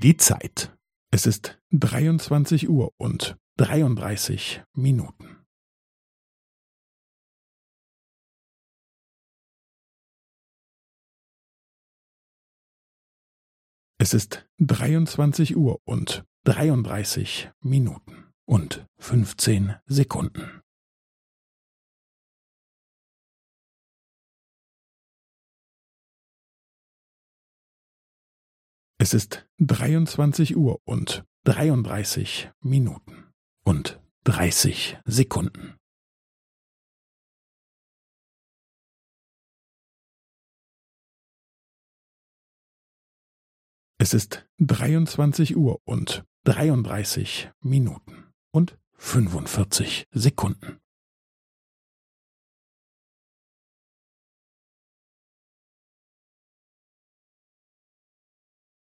Die Zeit. Es ist 23 Uhr und 33 Minuten. Es ist 23 Uhr und 33 Minuten und 15 Sekunden. Es ist 23 Uhr und 33 Minuten und 30 Sekunden. Es ist 23 Uhr und 33 Minuten und 45 Sekunden.